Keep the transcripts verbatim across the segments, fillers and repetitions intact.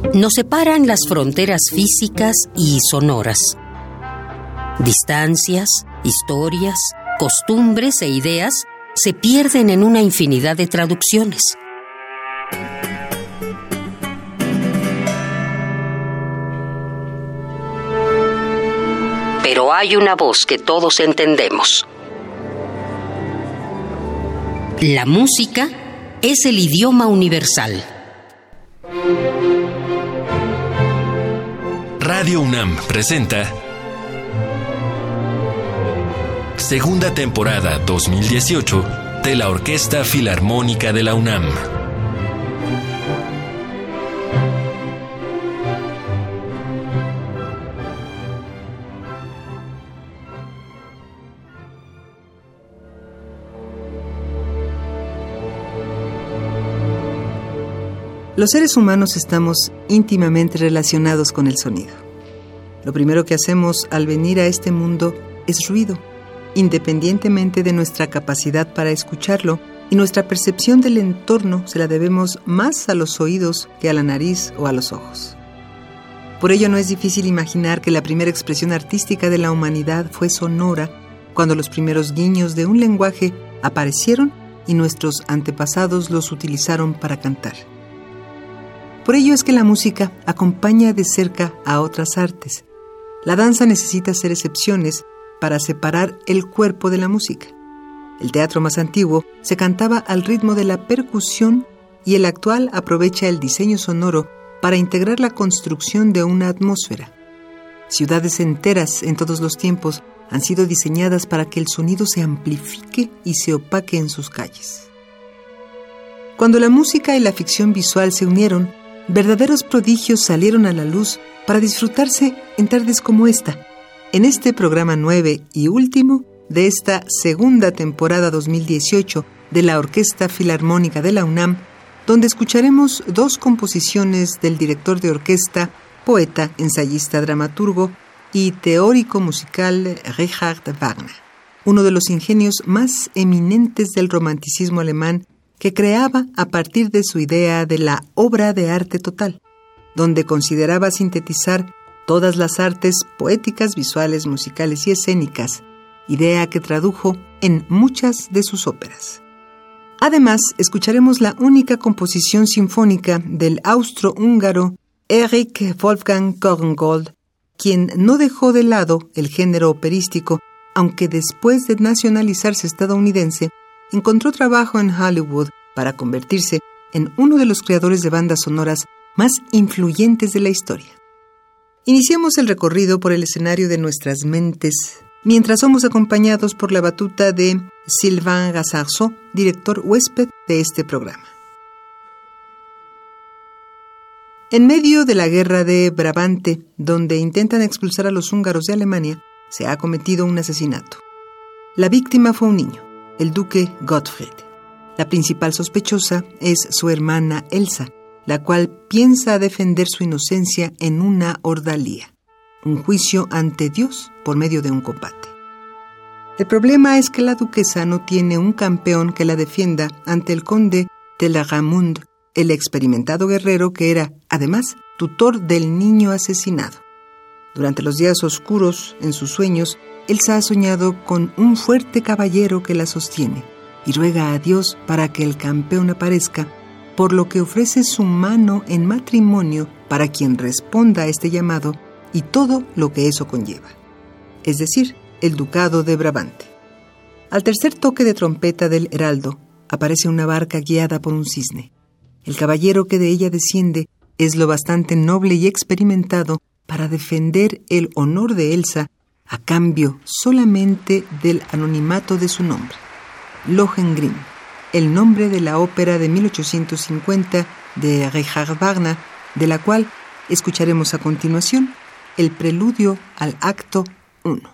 Nos separan las fronteras físicas y sonoras. Distancias, historias, costumbres e ideas se pierden en una infinidad de traducciones. Pero hay una voz que todos entendemos. La música es el idioma universal. Radio UNAM presenta segunda temporada dos mil dieciocho de la Orquesta Filarmónica de la UNAM. Los seres humanos estamos íntimamente relacionados con el sonido. Lo primero que hacemos al venir a este mundo es ruido, independientemente de nuestra capacidad para escucharlo, y nuestra percepción del entorno se la debemos más a los oídos que a la nariz o a los ojos. Por ello no es difícil imaginar que la primera expresión artística de la humanidad fue sonora, cuando los primeros guiños de un lenguaje aparecieron y nuestros antepasados los utilizaron para cantar. Por ello es que la música acompaña de cerca a otras artes. La danza necesita hacer excepciones para separar el cuerpo de la música. El teatro más antiguo se cantaba al ritmo de la percusión y el actual aprovecha el diseño sonoro para integrar la construcción de una atmósfera. Ciudades enteras en todos los tiempos han sido diseñadas para que el sonido se amplifique y se opaque en sus calles. Cuando la música y la ficción visual se unieron, verdaderos prodigios salieron a la luz para disfrutarse en tardes como esta, en este programa nueve y último de esta segunda temporada dos mil dieciocho de la Orquesta Filarmónica de la UNAM, donde escucharemos dos composiciones del director de orquesta, poeta, ensayista, dramaturgo y teórico musical Richard Wagner, uno de los ingenios más eminentes del romanticismo alemán, que creaba a partir de su idea de la obra de arte total, donde consideraba sintetizar todas las artes poéticas, visuales, musicales y escénicas, idea que tradujo en muchas de sus óperas. Además, escucharemos la única composición sinfónica del austrohúngaro Erich Wolfgang Korngold, quien no dejó de lado el género operístico, aunque después de nacionalizarse estadounidense, encontró trabajo en Hollywood para convertirse en uno de los creadores de bandas sonoras más influyentes de la historia. Iniciamos el recorrido por el escenario de nuestras mentes, mientras somos acompañados por la batuta de Sylvain Gassarceau, director huésped de este programa. En medio de la guerra de Brabante, donde intentan expulsar a los húngaros de Alemania, se ha cometido un asesinato. La víctima fue un niño, el duque Gottfried. La principal sospechosa es su hermana Elsa, la cual piensa defender su inocencia en una ordalía, un juicio ante Dios por medio de un combate. El problema es que la duquesa no tiene un campeón que la defienda ante el conde de la Ramund, el experimentado guerrero que era, además, tutor del niño asesinado. Durante los días oscuros, en sus sueños, Elsa ha soñado con un fuerte caballero que la sostiene y ruega a Dios para que el campeón aparezca, por lo que ofrece su mano en matrimonio para quien responda a este llamado y todo lo que eso conlleva, es decir, el ducado de Brabante. Al tercer toque de trompeta del heraldo, aparece una barca guiada por un cisne. El caballero que de ella desciende es lo bastante noble y experimentado para defender el honor de Elsa a cambio solamente del anonimato de su nombre, Lohengrin, el nombre de la ópera de mil ochocientos cincuenta de Richard Wagner, de la cual escucharemos a continuación el preludio al acto uno.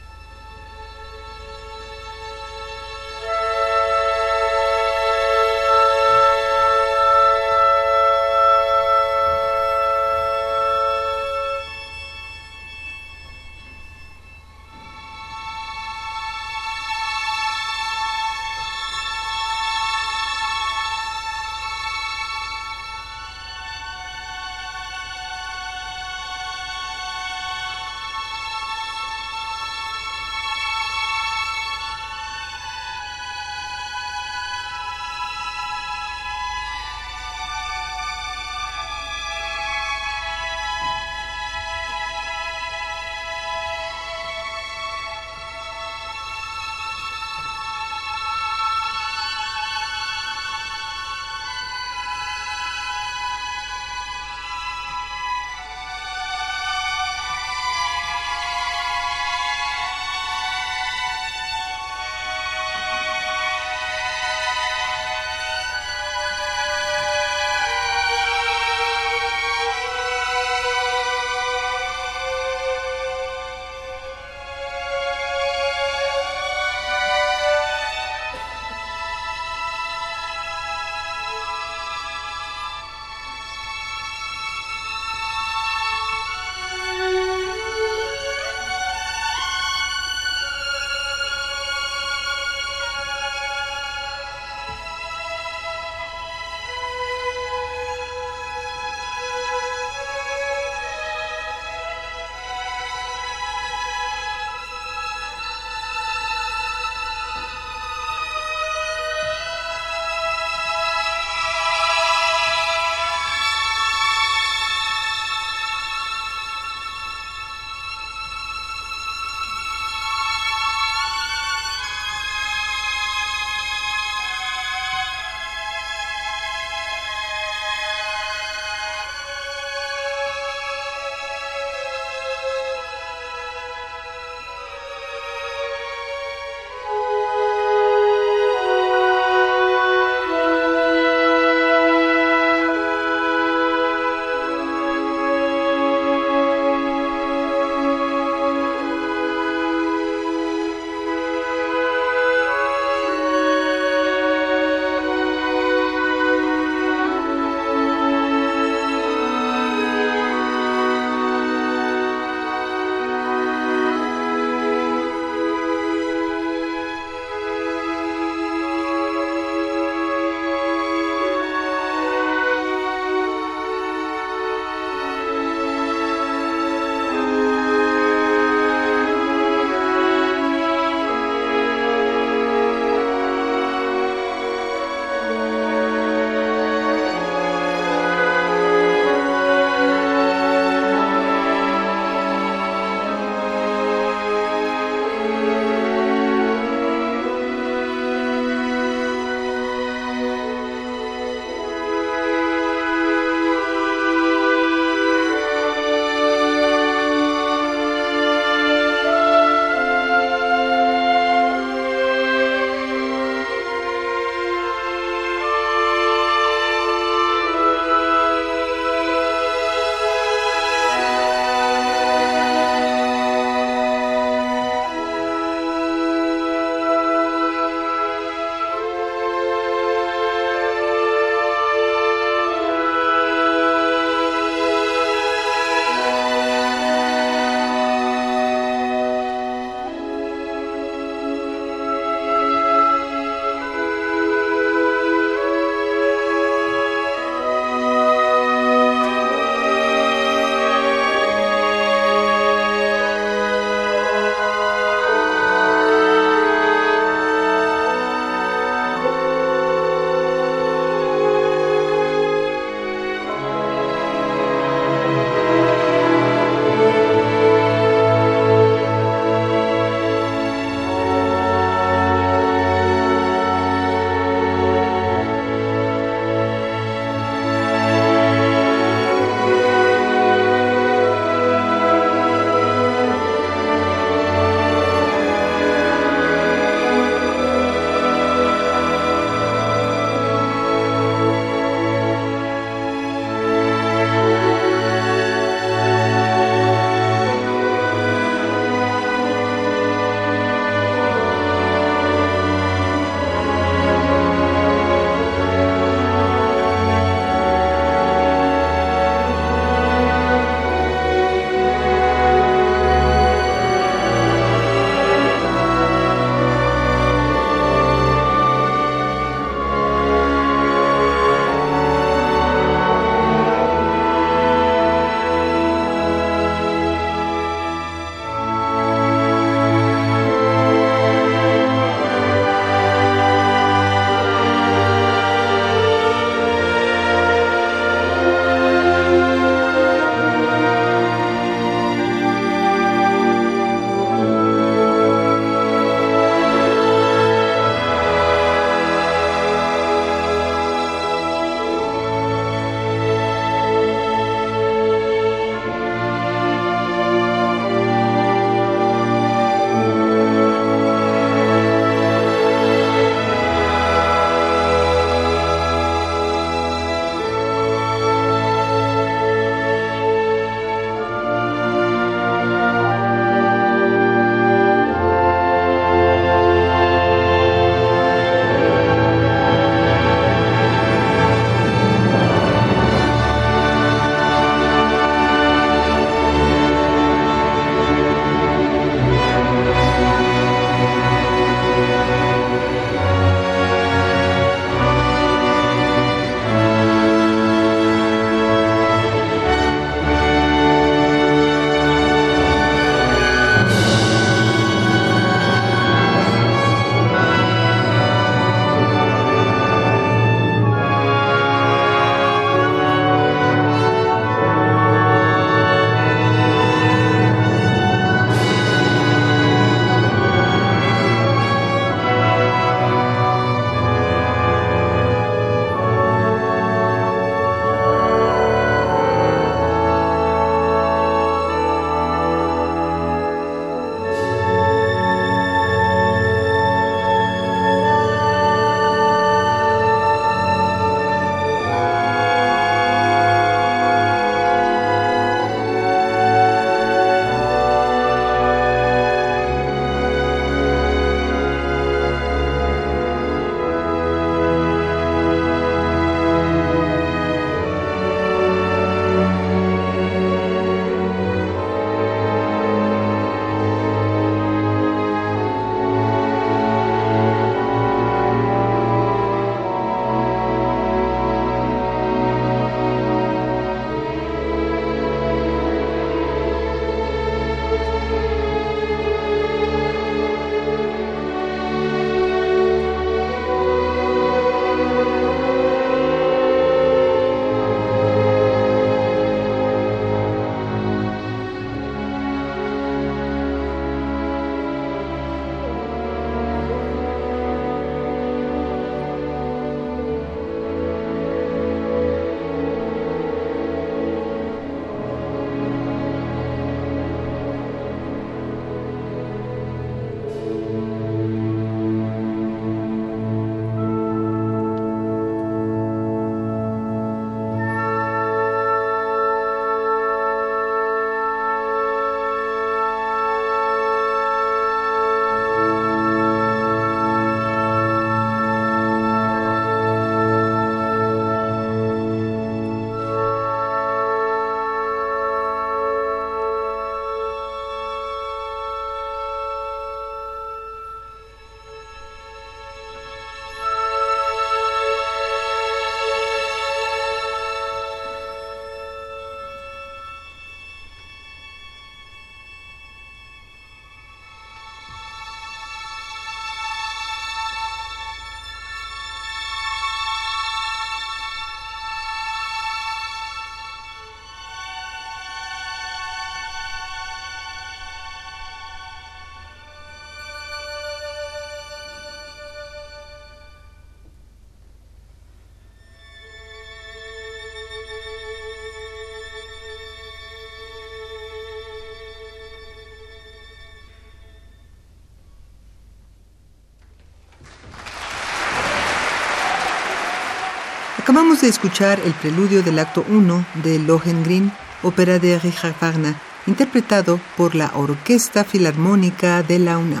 Acabamos de escuchar el preludio del acto uno de Lohengrin, ópera de Richard Wagner, interpretado por la Orquesta Filarmónica de la UNAM.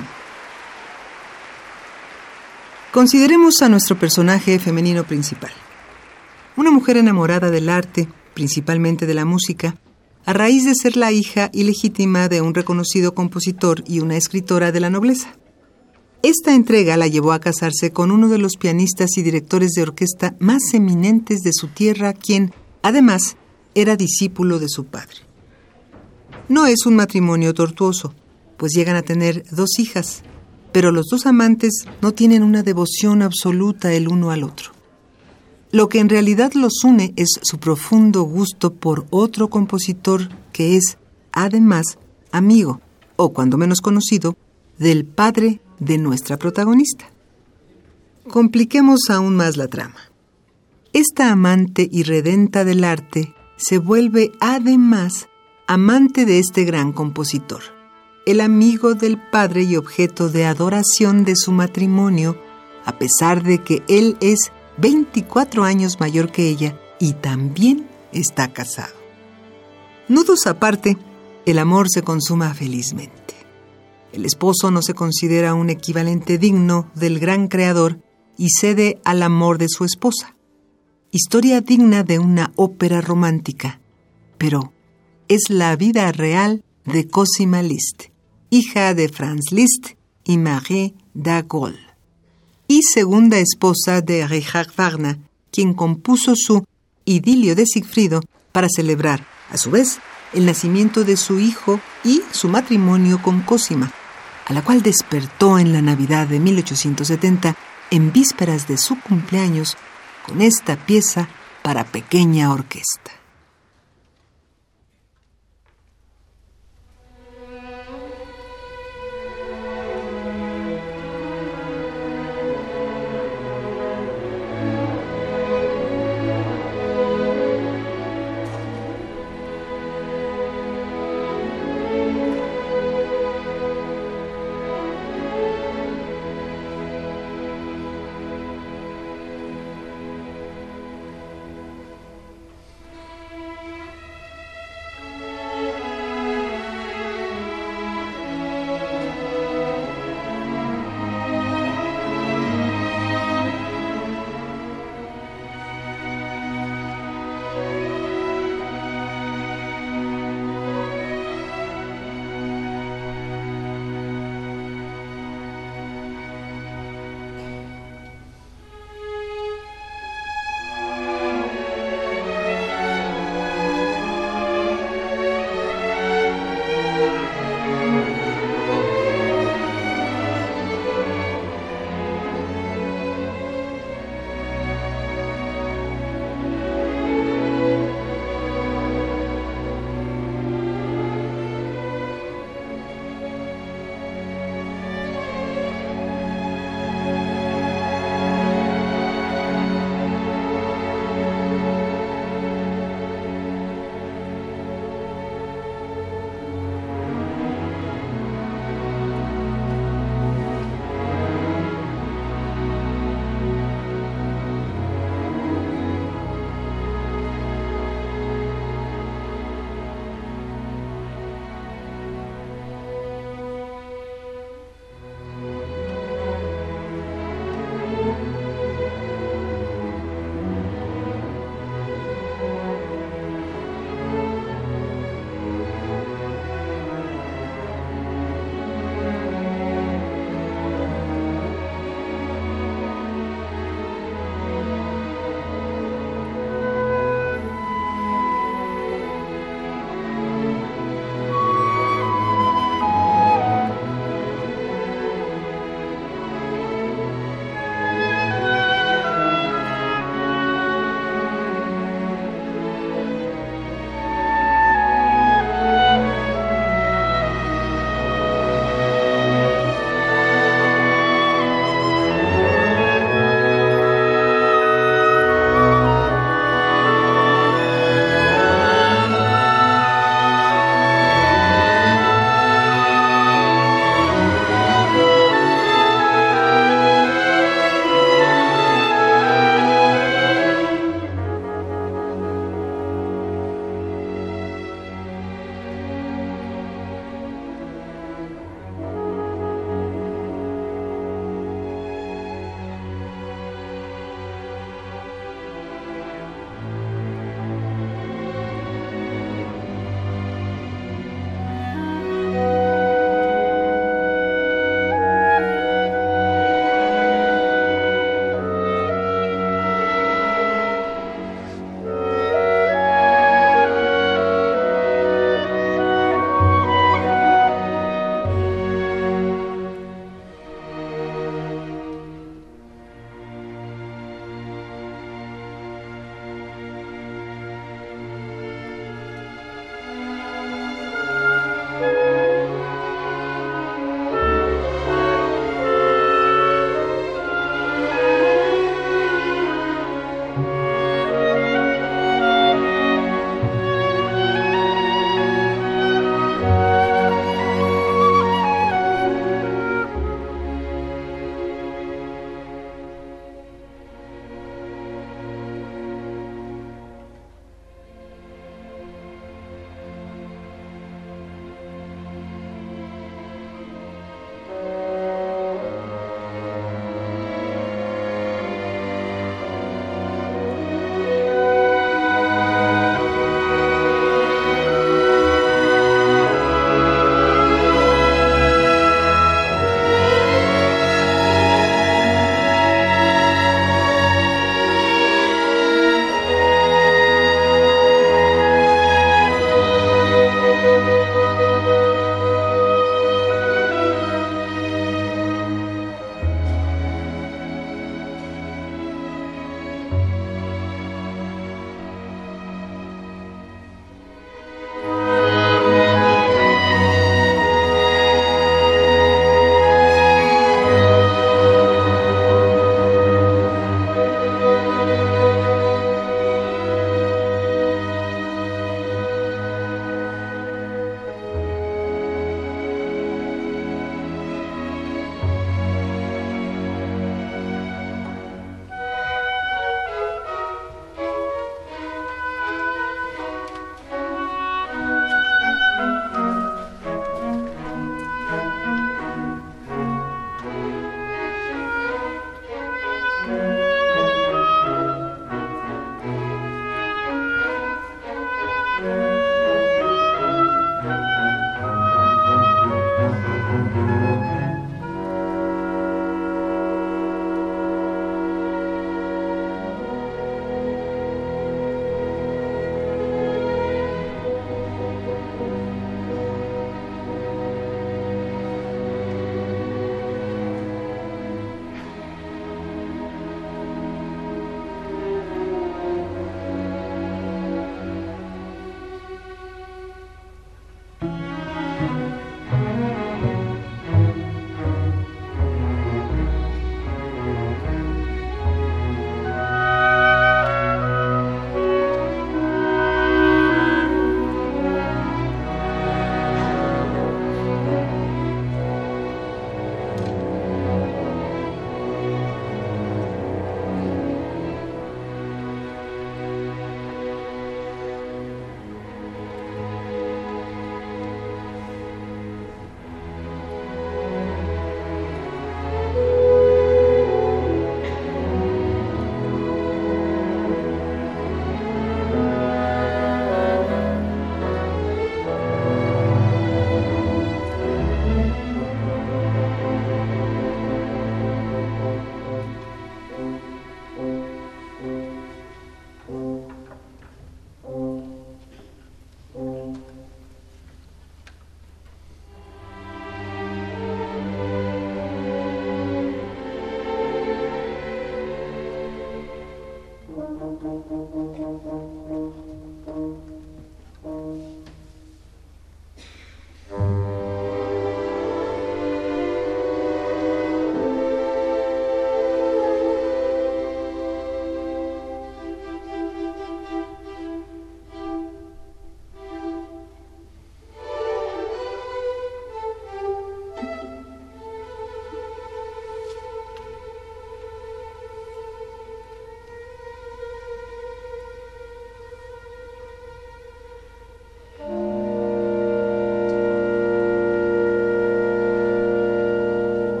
Consideremos a nuestro personaje femenino principal. Una mujer enamorada del arte, principalmente de la música, a raíz de ser la hija ilegítima de un reconocido compositor y una escritora de la nobleza. Esta entrega la llevó a casarse con uno de los pianistas y directores de orquesta más eminentes de su tierra, quien, además, era discípulo de su padre. No es un matrimonio tortuoso, pues llegan a tener dos hijas, pero los dos amantes no tienen una devoción absoluta el uno al otro. Lo que en realidad los une es su profundo gusto por otro compositor que es, además, amigo, o cuando menos conocido, del padre de nuestra protagonista. Compliquemos aún más la trama. Esta amante irredenta del arte se vuelve, además, amante de este gran compositor, el amigo del padre y objeto de adoración de su matrimonio, a pesar de que él es veinticuatro años mayor que ella y también está casado. Nudos aparte, el amor se consuma felizmente. El esposo no se considera un equivalente digno del gran creador y cede al amor de su esposa. Historia digna de una ópera romántica, pero es la vida real de Cosima Liszt, hija de Franz Liszt y Marie d'Agoult, y segunda esposa de Richard Wagner, quien compuso su Idilio de Sigfrido para celebrar, a su vez, el nacimiento de su hijo y su matrimonio con Cosima, a la cual despertó en la Navidad de mil ochocientos setenta, en vísperas de su cumpleaños, con esta pieza para pequeña orquesta.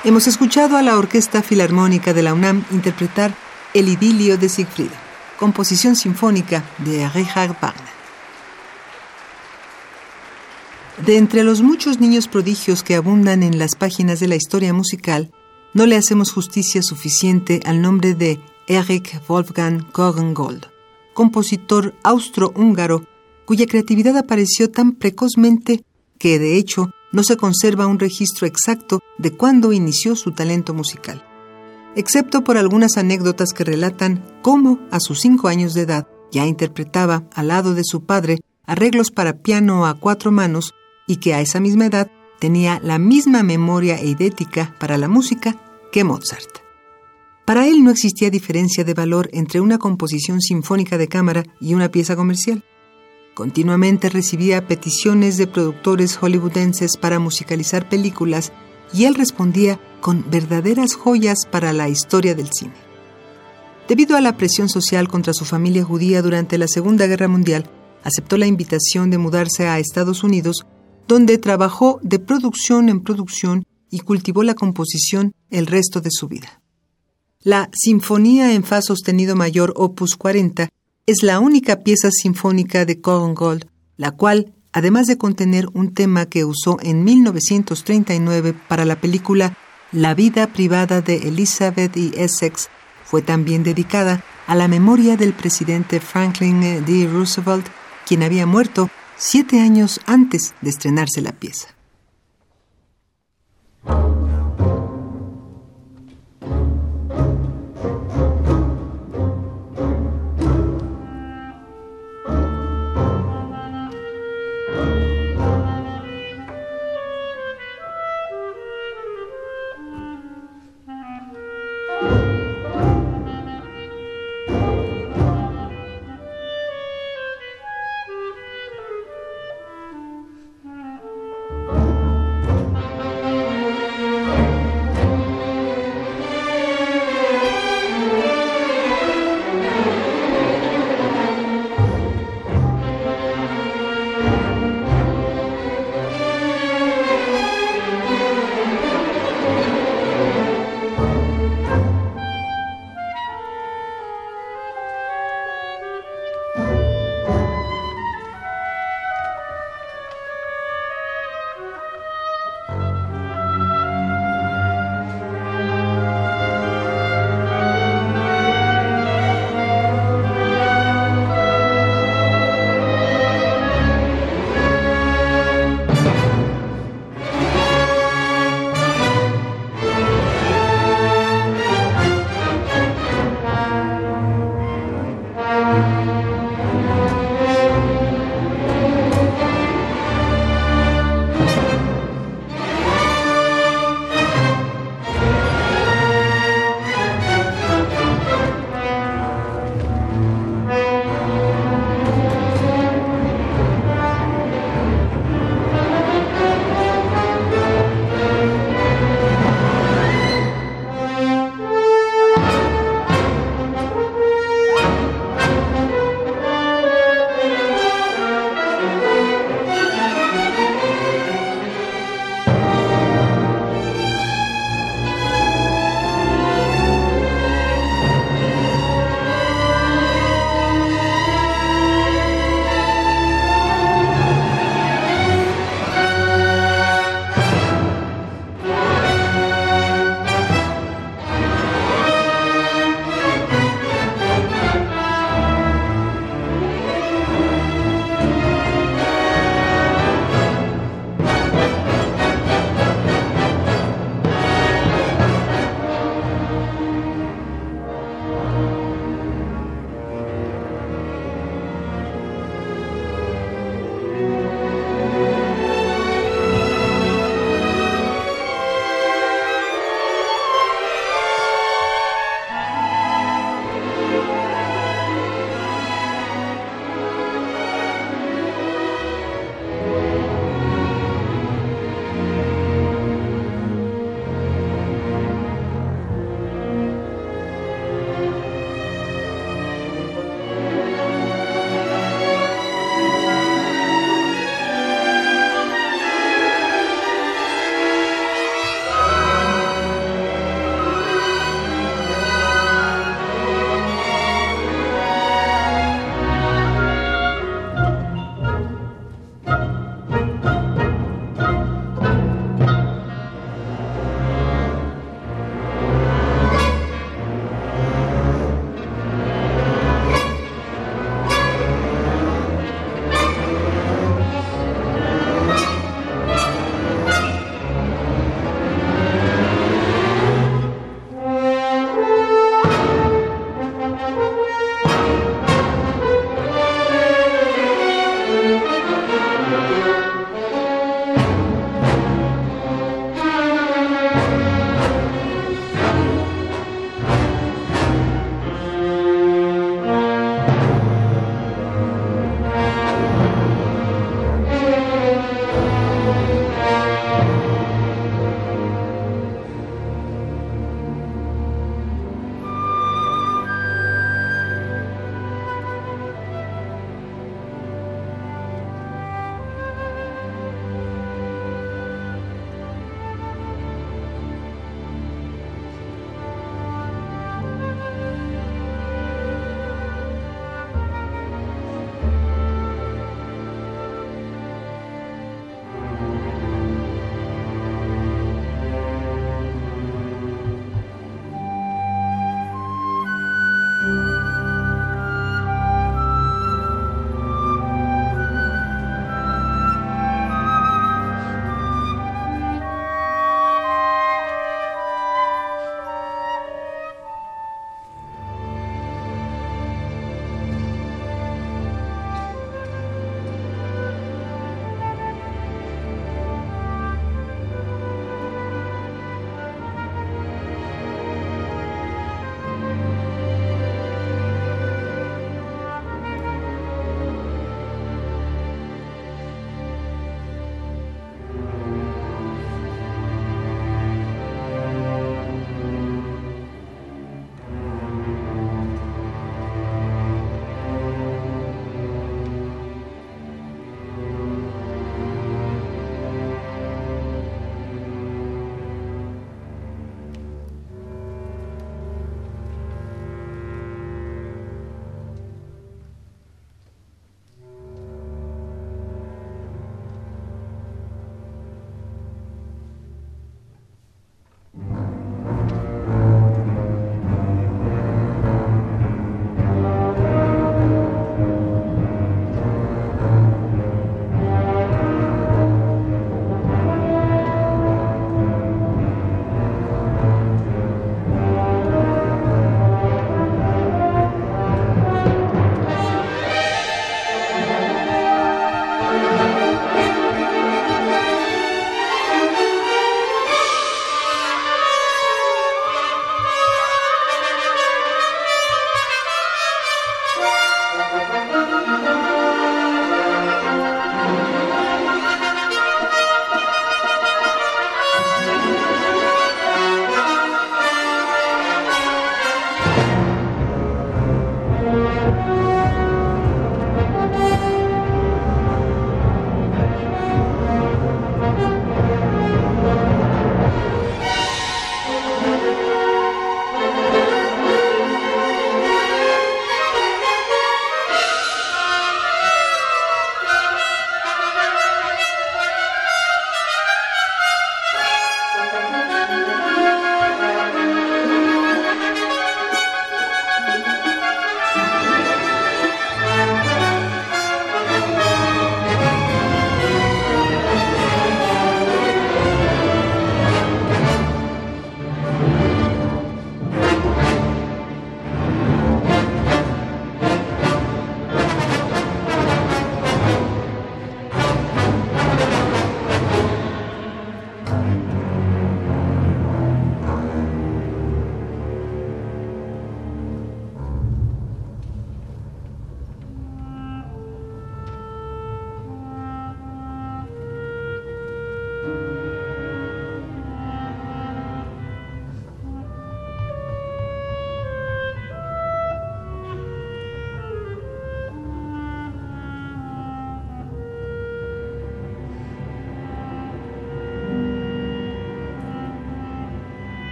Hemos escuchado a la Orquesta Filarmónica de la UNAM interpretar El idilio de Siegfried, composición sinfónica de Richard Wagner. De entre los muchos niños prodigios que abundan en las páginas de la historia musical, no le hacemos justicia suficiente al nombre de Erich Wolfgang Korngold, compositor austro-húngaro cuya creatividad apareció tan precozmente que, de hecho, no se conserva un registro exacto de cuándo inició su talento musical, excepto por algunas anécdotas que relatan cómo, a sus cinco años de edad, ya interpretaba, al lado de su padre, arreglos para piano a cuatro manos y que a esa misma edad tenía la misma memoria eidética para la música que Mozart. Para él no existía diferencia de valor entre una composición sinfónica de cámara y una pieza comercial. Continuamente recibía peticiones de productores hollywoodenses para musicalizar películas y él respondía con verdaderas joyas para la historia del cine. Debido a la presión social contra su familia judía durante la Segunda Guerra Mundial, aceptó la invitación de mudarse a Estados Unidos, donde trabajó de producción en producción y cultivó la composición el resto de su vida. La Sinfonía en Fa sostenido mayor opus cuarenta es la única pieza sinfónica de Korngold, la cual, además de contener un tema que usó en mil novecientos treinta y nueve para la película La vida privada de Elizabeth y Essex, fue también dedicada a la memoria del presidente Franklin D. Roosevelt, quien había muerto siete años antes de estrenarse la pieza.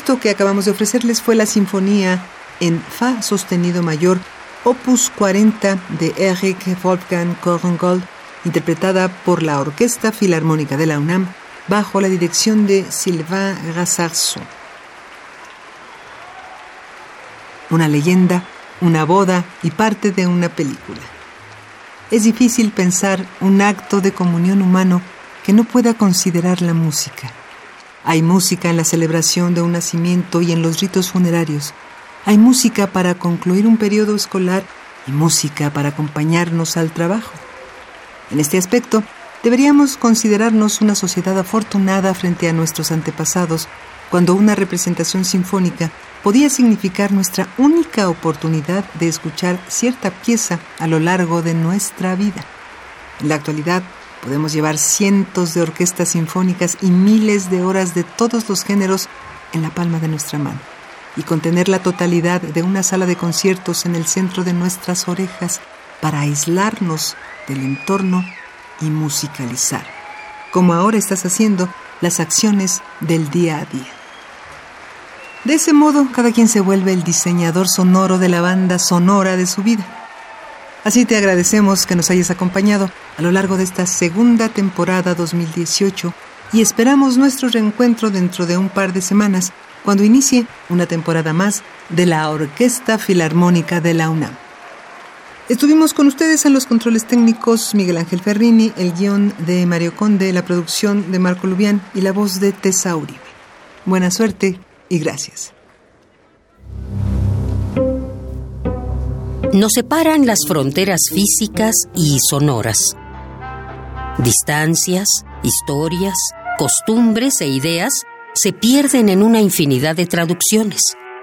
Esto que acabamos de ofrecerles fue la sinfonía en Fa sostenido mayor, opus cuarenta de Erich Wolfgang Korngold, interpretada por la Orquesta Filarmónica de la UNAM bajo la dirección de Sylvain Grassarson. Una leyenda, una boda y parte de una película. Es difícil pensar un acto de comunión humano que no pueda considerar la música. Hay música en la celebración de un nacimiento y en los ritos funerarios. Hay música para concluir un periodo escolar y música para acompañarnos al trabajo. En este aspecto, deberíamos considerarnos una sociedad afortunada frente a nuestros antepasados, cuando una representación sinfónica podía significar nuestra única oportunidad de escuchar cierta pieza a lo largo de nuestra vida. En la actualidad, podemos llevar cientos de orquestas sinfónicas y miles de horas de todos los géneros en la palma de nuestra mano y contener la totalidad de una sala de conciertos en el centro de nuestras orejas para aislarnos del entorno y musicalizar, como ahora estás haciendo, las acciones del día a día. De ese modo, cada quien se vuelve el diseñador sonoro de la banda sonora de su vida. Así te agradecemos que nos hayas acompañado a lo largo de esta segunda temporada dos mil dieciocho y esperamos nuestro reencuentro dentro de un par de semanas, cuando inicie una temporada más de la Orquesta Filarmónica de la UNAM. Estuvimos con ustedes en los controles técnicos Miguel Ángel Ferrini, el guión de Mario Conde, la producción de Marco Lubián y la voz de Tessa Uribe. Buena suerte y gracias. Nos separan las fronteras físicas y sonoras. Distancias, historias, costumbres e ideas se pierden en una infinidad de traducciones.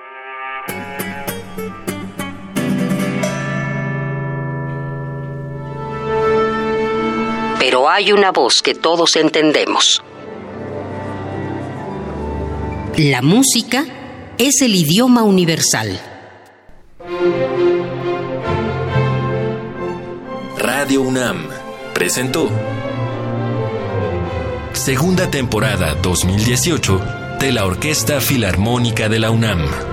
Pero hay una voz que todos entendemos. La música es el idioma universal. Radio UNAM presentó Segunda temporada dos mil dieciocho de la Orquesta Filarmónica de la UNAM.